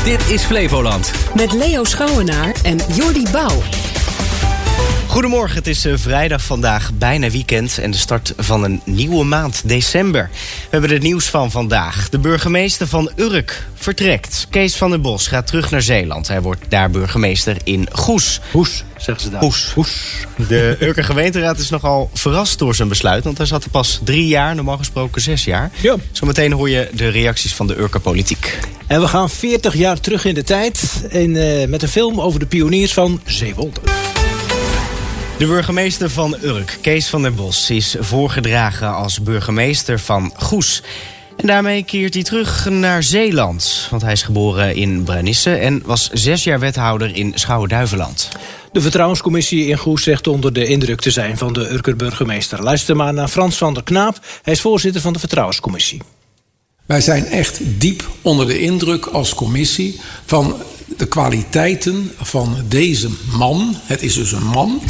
Dit is Flevoland. Met Leo Schouwenaar en Jordi Bouw. Goedemorgen, het is vrijdag vandaag, bijna weekend en de start van een nieuwe maand, december. We hebben het nieuws van vandaag. De burgemeester van Urk vertrekt. Kees van der Bos gaat terug naar Zeeland. Hij wordt daar burgemeester in Goes. Hoes, zeggen ze daar. Hoes. De Urker gemeenteraad is nogal verrast door zijn besluit, want hij zat er pas 3 jaar, normaal gesproken 6 jaar. Ja. Zometeen hoor je de reacties van de Urker politiek. En we gaan 40 jaar terug in de tijd met een film over de pioniers van Zeewolde. De burgemeester van Urk, Kees van der Bos, is voorgedragen als burgemeester van Goes. En daarmee keert hij terug naar Zeeland. Want hij is geboren in Brunisse en was 6 jaar wethouder in Schouwen-Duiveland. De vertrouwenscommissie in Goes zegt onder de indruk te zijn van de Urker burgemeester. Luister maar naar Frans van der Knaap. Hij is voorzitter van de vertrouwenscommissie. Wij zijn echt diep onder de indruk als commissie van de kwaliteiten van deze man. Het is dus een man.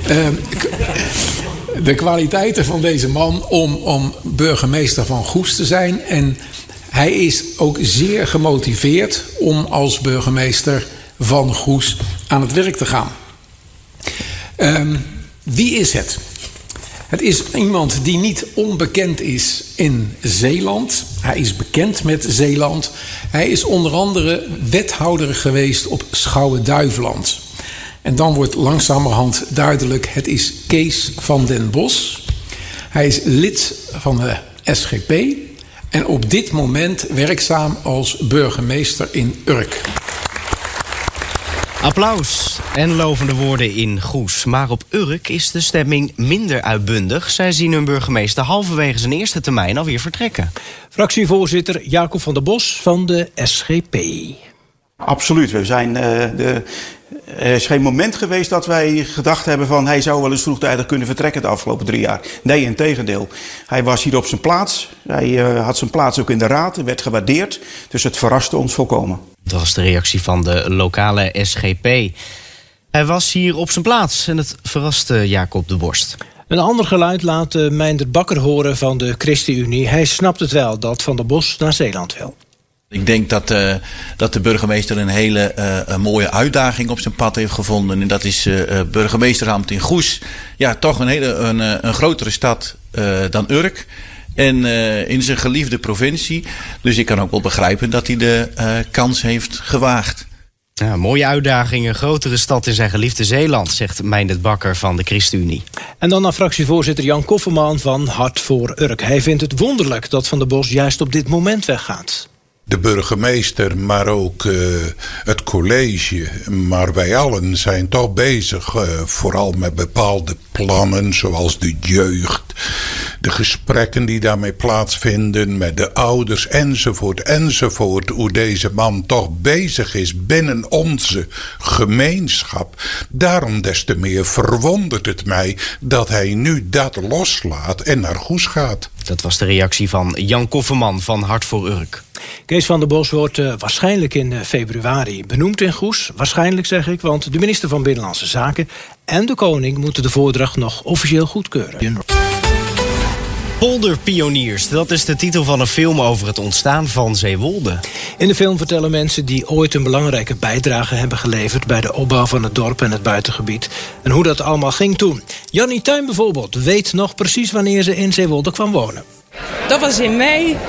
De kwaliteiten van deze man om burgemeester van Goes te zijn. En hij is ook zeer gemotiveerd om als burgemeester van Goes aan het werk te gaan. Wie is het? Het is iemand die niet onbekend is in Zeeland. Hij is bekend met Zeeland. Hij is onder andere wethouder geweest op Schouwen-Duiveland. En dan wordt langzamerhand duidelijk, het is Kees van den Bos. Hij is lid van de SGP en op dit moment werkzaam als burgemeester in Urk. Applaus en lovende woorden in Goes. Maar op Urk is de stemming minder uitbundig. Zij zien hun burgemeester halverwege zijn eerste termijn alweer vertrekken. Fractievoorzitter Jacob van der Bos van de SGP. Absoluut. Er is geen moment geweest dat wij gedacht hebben van hij zou wel eens vroegtijdig kunnen vertrekken de afgelopen 3 jaar. Nee, integendeel. Hij was hier op zijn plaats. Hij had zijn plaats ook in de raad. Werd gewaardeerd. Dus het verraste ons volkomen. Dat was de reactie van de lokale SGP. Hij was hier op zijn plaats en het verraste Jacob de Borst. Een ander geluid laat Meindert Bakker horen van de ChristenUnie. Hij snapt het wel dat Van der Bos naar Zeeland wil. Ik denk dat de burgemeester een hele mooie uitdaging op zijn pad heeft gevonden. En dat is burgemeesterambt in Goes. Ja, toch een grotere stad dan Urk. En in zijn geliefde provincie. Dus ik kan ook wel begrijpen dat hij de kans heeft gewaagd. Ja, mooie uitdaging, een grotere stad in zijn geliefde Zeeland, zegt Meindert Bakker van de ChristenUnie. En dan naar fractievoorzitter Jan Kofferman van Hart voor Urk. Hij vindt het wonderlijk dat Van der Bos juist op dit moment weggaat. De burgemeester, maar ook het college, maar wij allen zijn toch bezig, vooral met bepaalde plannen, zoals de jeugd, de gesprekken die daarmee plaatsvinden met de ouders, enzovoort, hoe deze man toch bezig is binnen onze gemeenschap. Daarom des te meer verwondert het mij dat hij nu dat loslaat en naar Goes gaat. Dat was de reactie van Jan Kofferman van Hart voor Urk. Kees van der Bos wordt waarschijnlijk in februari benoemd in Goes. Waarschijnlijk zeg ik, want de minister van Binnenlandse Zaken en de koning moeten de voordracht nog officieel goedkeuren. Polderpioniers, dat is de titel van een film over het ontstaan van Zeewolde. In de film vertellen mensen die ooit een belangrijke bijdrage hebben geleverd bij de opbouw van het dorp en het buitengebied en hoe dat allemaal ging toen. Jannie Tuin bijvoorbeeld weet nog precies wanneer ze in Zeewolde kwam wonen. Dat was in mei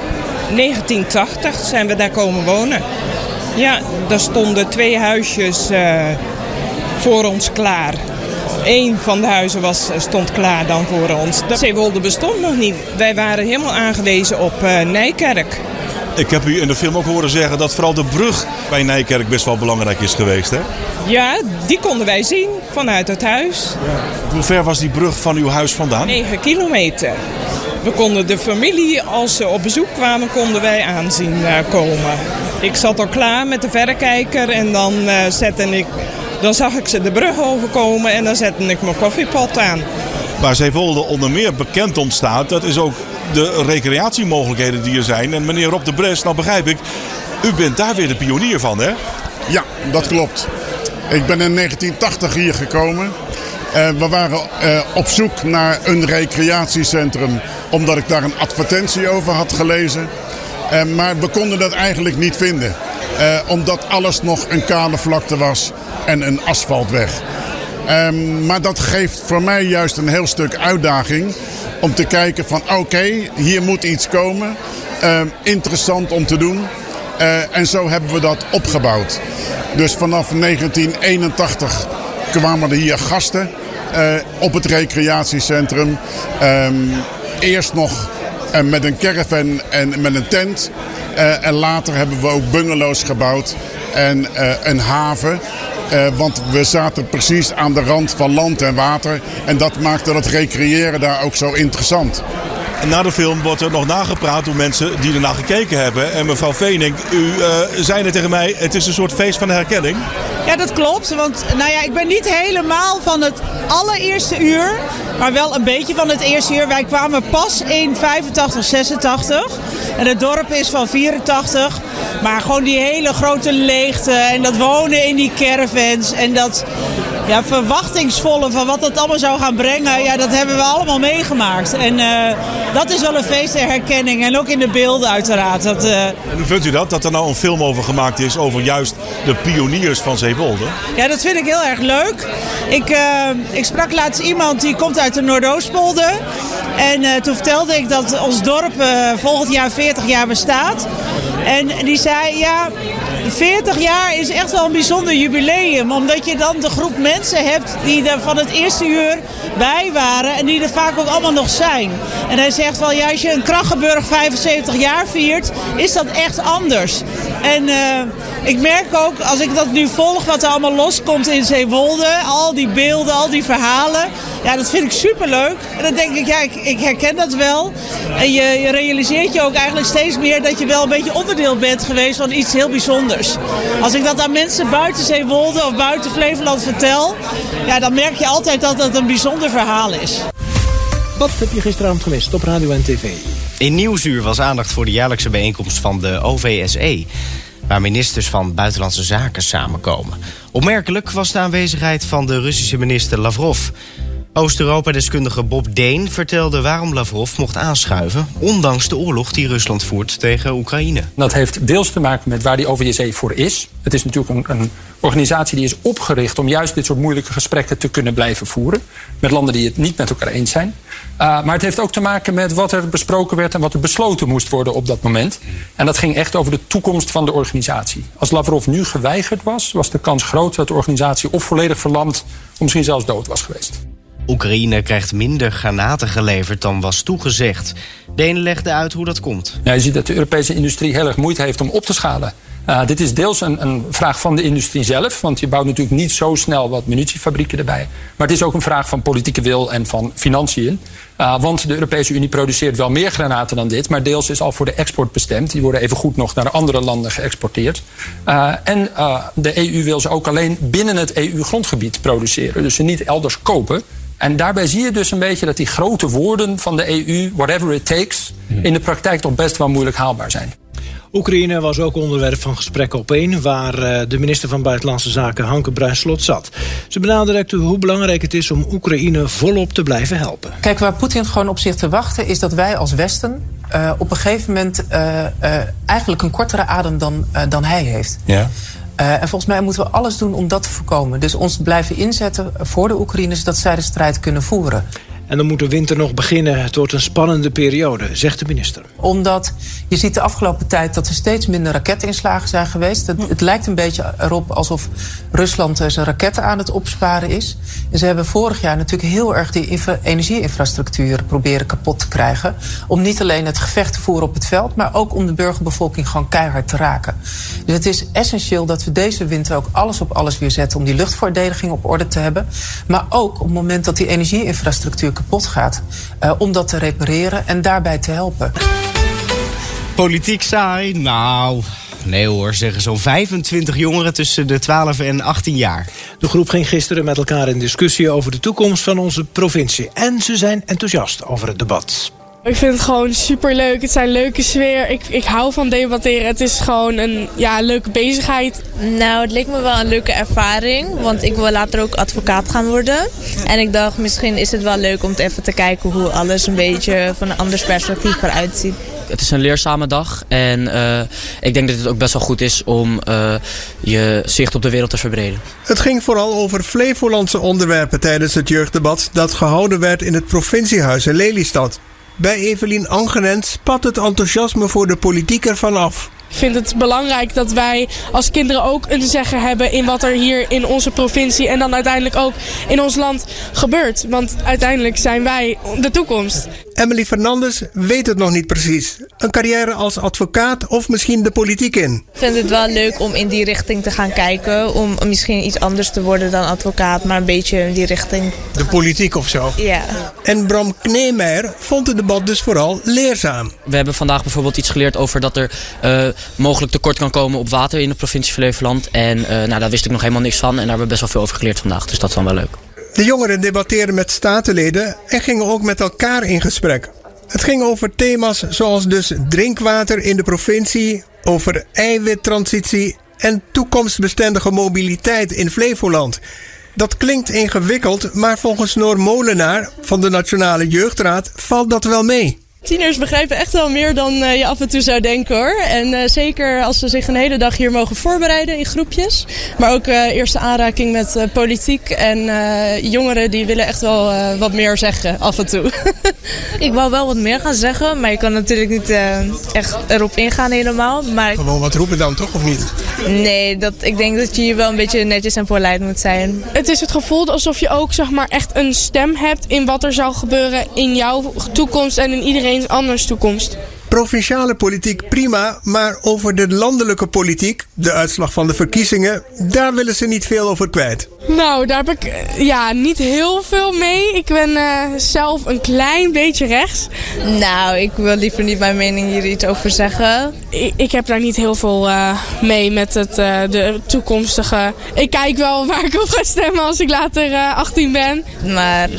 1980 zijn we daar komen wonen. Ja, daar stonden 2 huisjes voor ons klaar. 1 van de huizen stond klaar dan voor ons. Zeewolde bestond nog niet. Wij waren helemaal aangewezen op Nijkerk. Ik heb u in de film ook horen zeggen dat vooral de brug bij Nijkerk best wel belangrijk is geweest, hè? Ja, die konden wij zien vanuit het huis. Ja. Hoe ver was die brug van uw huis vandaan? 9 kilometer. We konden de familie, als ze op bezoek kwamen, konden wij aanzien komen. Ik zat al klaar met de verrekijker en dan zag ik ze de brug overkomen en dan zette ik mijn koffiepot aan. Waar Zeewolde onder meer bekend om staat, dat is ook de recreatiemogelijkheden die er zijn. En meneer Rob de Bres, nou begrijp ik, u bent daar weer de pionier van, hè? Ja, dat klopt. Ik ben in 1980 hier gekomen. We waren op zoek naar een recreatiecentrum, omdat ik daar een advertentie over had gelezen. Maar we konden dat eigenlijk niet vinden. Omdat alles nog een kale vlakte was en een asfaltweg. Maar dat geeft voor mij juist een heel stuk uitdaging. Om te kijken van oké, hier moet iets komen. Interessant om te doen. En zo hebben we dat opgebouwd. Dus vanaf 1981 kwamen er hier gasten op het recreatiecentrum. Eerst nog met een caravan en met een tent. En later hebben we ook bungalows gebouwd en een haven. Want we zaten precies aan de rand van land en water. En dat maakte het recreëren daar ook zo interessant. Na de film wordt er nog nagepraat door mensen die ernaar gekeken hebben. En mevrouw Veenink, u zei net tegen mij, het is een soort feest van herkenning. Ja, dat klopt. Want ik ben niet helemaal van het allereerste uur. Maar wel een beetje van het eerste uur. Wij kwamen pas in 85, 86. En het dorp is van 84. Maar gewoon die hele grote leegte. En dat wonen in die caravans. En dat verwachtingsvolle van wat dat allemaal zou gaan brengen. Ja, dat hebben we allemaal meegemaakt. En dat is wel een feest der herkenning. En ook in de beelden uiteraard. En hoe vindt u dat er nou een film over gemaakt is over juist de pioniers van Zeewolde? Ja, dat vind ik heel erg leuk. Ik sprak laatst iemand die komt uit de Noordoostpolder. En toen vertelde ik dat ons dorp volgend jaar 40 jaar bestaat. En die zei, 40 jaar is echt wel een bijzonder jubileum. Omdat je dan de groep mensen hebt die er van het eerste uur bij waren. En die er vaak ook allemaal nog zijn. En hij zegt wel, als je een Krachenburg 75 jaar viert, is dat echt anders. En ik merk ook, als ik dat nu volg, wat er allemaal loskomt in Zeewolde. Al die beelden, al die verhalen. Ja, dat vind ik superleuk. En dan denk ik, ik herken dat wel. En je realiseert je ook eigenlijk steeds meer dat je wel een beetje onderdeel bent geweest van iets heel bijzonders. Als ik dat aan mensen buiten Zeewolde of buiten Flevoland vertel, dan merk je altijd dat het een bijzonder verhaal is. Wat heb je gisteravond gemist op radio en tv? In Nieuwsuur was aandacht voor de jaarlijkse bijeenkomst van de OVSE, waar ministers van Buitenlandse Zaken samenkomen. Opmerkelijk was de aanwezigheid van de Russische minister Lavrov. Oost-Europa-deskundige Bob Deen vertelde waarom Lavrov mocht aanschuiven, ondanks de oorlog die Rusland voert tegen Oekraïne. Dat heeft deels te maken met waar die OVSE voor is. Het is natuurlijk een organisatie die is opgericht om juist dit soort moeilijke gesprekken te kunnen blijven voeren. Met landen die het niet met elkaar eens zijn. Maar het heeft ook te maken met wat er besproken werd en wat er besloten moest worden op dat moment. En dat ging echt over de toekomst van de organisatie. Als Lavrov nu geweigerd was, was de kans groot dat de organisatie of volledig verlamd of misschien zelfs dood was geweest. Oekraïne krijgt minder granaten geleverd dan was toegezegd. Deen legde uit hoe dat komt. Ja, je ziet dat de Europese industrie heel erg moeite heeft om op te schalen. Dit is deels een vraag van de industrie zelf. Want je bouwt natuurlijk niet zo snel wat munitiefabrieken erbij. Maar het is ook een vraag van politieke wil en van financiën. Want de Europese Unie produceert wel meer granaten dan dit. Maar deels is al voor de export bestemd. Die worden evengoed nog naar andere landen geëxporteerd. En de EU wil ze ook alleen binnen het EU-grondgebied produceren. Dus ze niet elders kopen. En daarbij zie je dus een beetje dat die grote woorden van de EU, whatever it takes, in de praktijk toch best wel moeilijk haalbaar zijn. Oekraïne was ook onderwerp van gesprekken op één, waar de minister van Buitenlandse Zaken Hanke Bruinslot zat. Ze benadrukte hoe belangrijk het is om Oekraïne volop te blijven helpen. Kijk, waar Poetin gewoon op zich te wachten is dat wij als Westen op een gegeven moment eigenlijk een kortere adem dan hij heeft. Ja. En volgens mij moeten we alles doen om dat te voorkomen. Dus ons blijven inzetten voor de Oekraïners, dat zij de strijd kunnen voeren. En dan moet de winter nog beginnen. Het wordt een spannende periode, zegt de minister. Omdat je ziet de afgelopen tijd dat er steeds minder raketinslagen zijn geweest. Het lijkt een beetje erop alsof Rusland zijn raketten aan het opsparen is. En ze hebben vorig jaar natuurlijk heel erg die energieinfrastructuur proberen kapot te krijgen. Om niet alleen het gevecht te voeren op het veld, maar ook om de burgerbevolking gewoon keihard te raken. Dus het is essentieel dat we deze winter ook alles op alles weer zetten om die luchtverdediging op orde te hebben. Maar ook op het moment dat die energieinfrastructuur kapot gaat, om dat te repareren en daarbij te helpen. Politiek saai? Nou, nee hoor, zeggen zo'n 25 jongeren tussen de 12 en 18 jaar. De groep ging gisteren met elkaar in discussie over de toekomst van onze provincie. En ze zijn enthousiast over het debat. Ik vind het gewoon superleuk. Het zijn leuke sfeer. Ik hou van debatteren. Het is gewoon een leuke bezigheid. Nou, het leek me wel een leuke ervaring. Want ik wil later ook advocaat gaan worden. En ik dacht, misschien is het wel leuk om even te kijken hoe alles een beetje van een anders perspectief eruit ziet. Het is een leerzame dag en ik denk dat het ook best wel goed is om je zicht op de wereld te verbreden. Het ging vooral over Flevolandse onderwerpen tijdens het jeugddebat dat gehouden werd in het provinciehuis in Lelystad. Bij Evelien Angenent spat het enthousiasme voor de politiek ervan af. Ik vind het belangrijk dat wij als kinderen ook een zeggen hebben in wat er hier in onze provincie en dan uiteindelijk ook in ons land gebeurt. Want uiteindelijk zijn wij de toekomst. Emily Fernandes weet het nog niet precies. Een carrière als advocaat of misschien de politiek in. Ik vind het wel leuk om in die richting te gaan kijken. Om misschien iets anders te worden dan advocaat, maar een beetje in die richting. De politiek of zo? Ja. En Bram Kneemeyer vond het debat dus vooral leerzaam. We hebben vandaag bijvoorbeeld iets geleerd over dat er mogelijk tekort kan komen op water in de provincie Flevoland. En daar wist ik nog helemaal niks van en daar hebben we best wel veel over geleerd vandaag. Dus dat is dan wel leuk. De jongeren debatteerden met statenleden en gingen ook met elkaar in gesprek. Het ging over thema's zoals dus drinkwater in de provincie, over eiwittransitie en toekomstbestendige mobiliteit in Flevoland. Dat klinkt ingewikkeld, maar volgens Noor Molenaar van de Nationale Jeugdraad valt dat wel mee. Tieners begrijpen echt wel meer dan je af en toe zou denken hoor. En zeker als ze zich een hele dag hier mogen voorbereiden in groepjes. Maar ook eerste aanraking met politiek. En jongeren die willen echt wel wat meer zeggen af en toe. Ik wou wel wat meer gaan zeggen, maar je kan natuurlijk niet echt erop ingaan helemaal. Maar gewoon wat roepen dan toch of niet? Nee, ik denk dat je hier wel een beetje netjes en polite moet zijn. Het is het gevoel alsof je ook zeg maar echt een stem hebt in wat er zal gebeuren in jouw toekomst en in iedereen anders toekomst. Provinciale politiek prima, maar over de landelijke politiek, de uitslag van de verkiezingen, daar willen ze niet veel over kwijt. Nou, daar heb ik niet heel veel mee. Ik ben zelf een klein beetje rechts. Nou, ik wil liever niet mijn mening hier iets over zeggen. Ik heb daar niet heel veel mee met de toekomstige. Ik kijk wel waar ik op ga stemmen als ik later 18 ben. Maar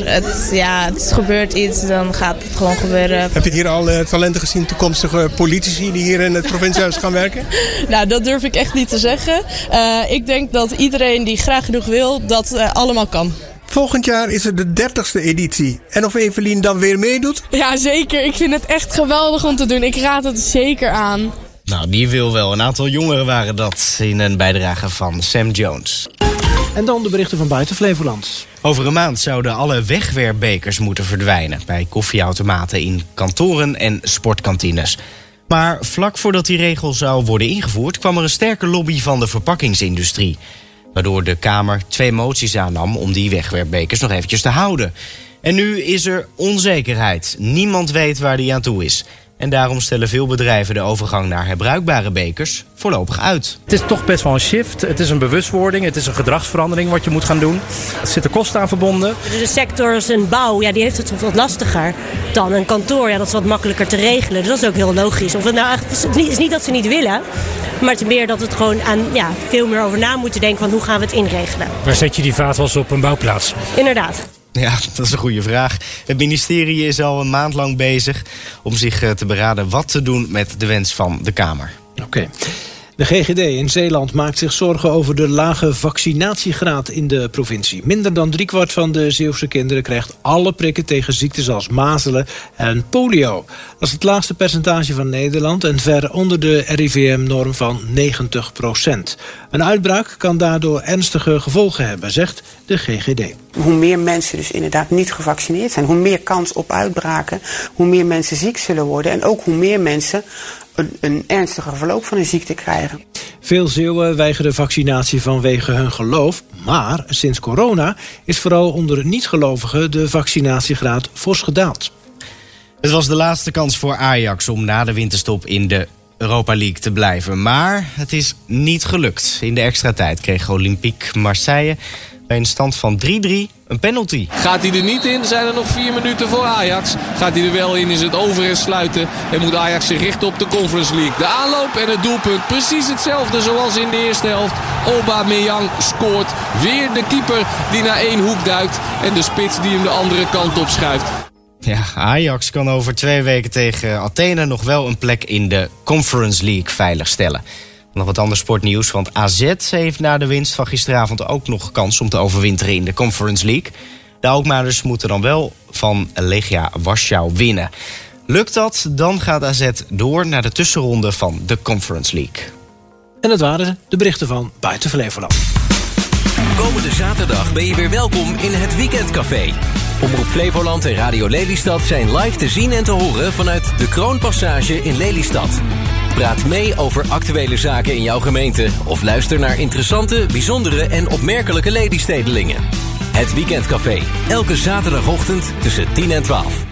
het gebeurt iets, dan gaat het gewoon gebeuren. Heb je hier al talenten gezien, toekomstige politici die hier in het provinciehuis gaan werken? Nou, dat durf ik echt niet te zeggen. Ik denk dat iedereen die graag genoeg wil, dat allemaal kan. Volgend jaar is er de 30ste editie. En of Evelien dan weer meedoet? Ja, zeker. Ik vind het echt geweldig om te doen. Ik raad het zeker aan. Nou, die wil wel. Een aantal jongeren waren dat in een bijdrage van Sam Jones. En dan de berichten van buiten Flevoland. Over een maand zouden alle wegwerpbekers moeten verdwijnen bij koffieautomaten in kantoren en sportkantines. Maar vlak voordat die regel zou worden ingevoerd, kwam er een sterke lobby van de verpakkingsindustrie. Waardoor de Kamer 2 moties aannam om die wegwerpbekers nog eventjes te houden. En nu is er onzekerheid. Niemand weet waar die aan toe is. En daarom stellen veel bedrijven de overgang naar herbruikbare bekers voorlopig uit. Het is toch best wel een shift. Het is een bewustwording. Het is een gedragsverandering wat je moet gaan doen. Er zitten kosten aan verbonden. De sector als een bouw, die heeft het wat lastiger dan een kantoor. Dat is wat makkelijker te regelen. Dus dat is ook heel logisch. Of het nou echt, het is niet dat ze niet willen. Maar het is meer dat we het gewoon aan veel meer over na moeten denken van hoe gaan we het inregelen. Waar zet je die vaatwas op een bouwplaats? Inderdaad. Ja, dat is een goede vraag. Het ministerie is al een maand lang bezig om zich te beraden wat te doen met de wens van de Kamer. Oké. De GGD in Zeeland maakt zich zorgen over de lage vaccinatiegraad in de provincie. Minder dan 3/4 van de Zeeuwse kinderen krijgt alle prikken tegen ziektes als mazelen en polio. Dat is het laagste percentage van Nederland en ver onder de RIVM-norm van 90%. Een uitbraak kan daardoor ernstige gevolgen hebben, zegt de GGD. Hoe meer mensen dus inderdaad niet gevaccineerd zijn, hoe meer kans op uitbraken, hoe meer mensen ziek zullen worden en ook hoe meer mensen een ernstige verloop van een ziekte krijgen. Veel Zeeuwen weigeren vaccinatie vanwege hun geloof. Maar sinds corona is vooral onder niet-gelovigen de vaccinatiegraad fors gedaald. Het was de laatste kans voor Ajax om na de winterstop in de Europa League te blijven. Maar het is niet gelukt. In de extra tijd kreeg Olympique Marseille bij een stand van 3-3 een penalty. Gaat hij er niet in, zijn er nog 4 minuten voor Ajax. Gaat hij er wel in, is het over en sluiten. En moet Ajax zich richten op de Conference League. De aanloop en het doelpunt precies hetzelfde zoals in de eerste helft. Aubameyang scoort. Weer de keeper die naar 1 hoek duikt. En de spits die hem de andere kant op schuift. Ja, Ajax kan over 2 weken tegen Athene nog wel een plek in de Conference League veiligstellen. Nog wat ander sportnieuws, want AZ heeft na de winst van gisteravond ook nog kans om te overwinteren in de Conference League. De Alkmaarders moeten dan wel van Legia Warschau winnen. Lukt dat, dan gaat AZ door naar de tussenronde van de Conference League. En dat waren de berichten van Buiten Flevoland. Komende zaterdag ben je weer welkom in het Weekendcafé. Omroep Flevoland en Radio Lelystad zijn live te zien en te horen vanuit de Kroonpassage in Lelystad. Praat mee over actuele zaken in jouw gemeente of luister naar interessante, bijzondere en opmerkelijke Lelystedelingen. Het Weekendcafé, elke zaterdagochtend tussen 10 en 12.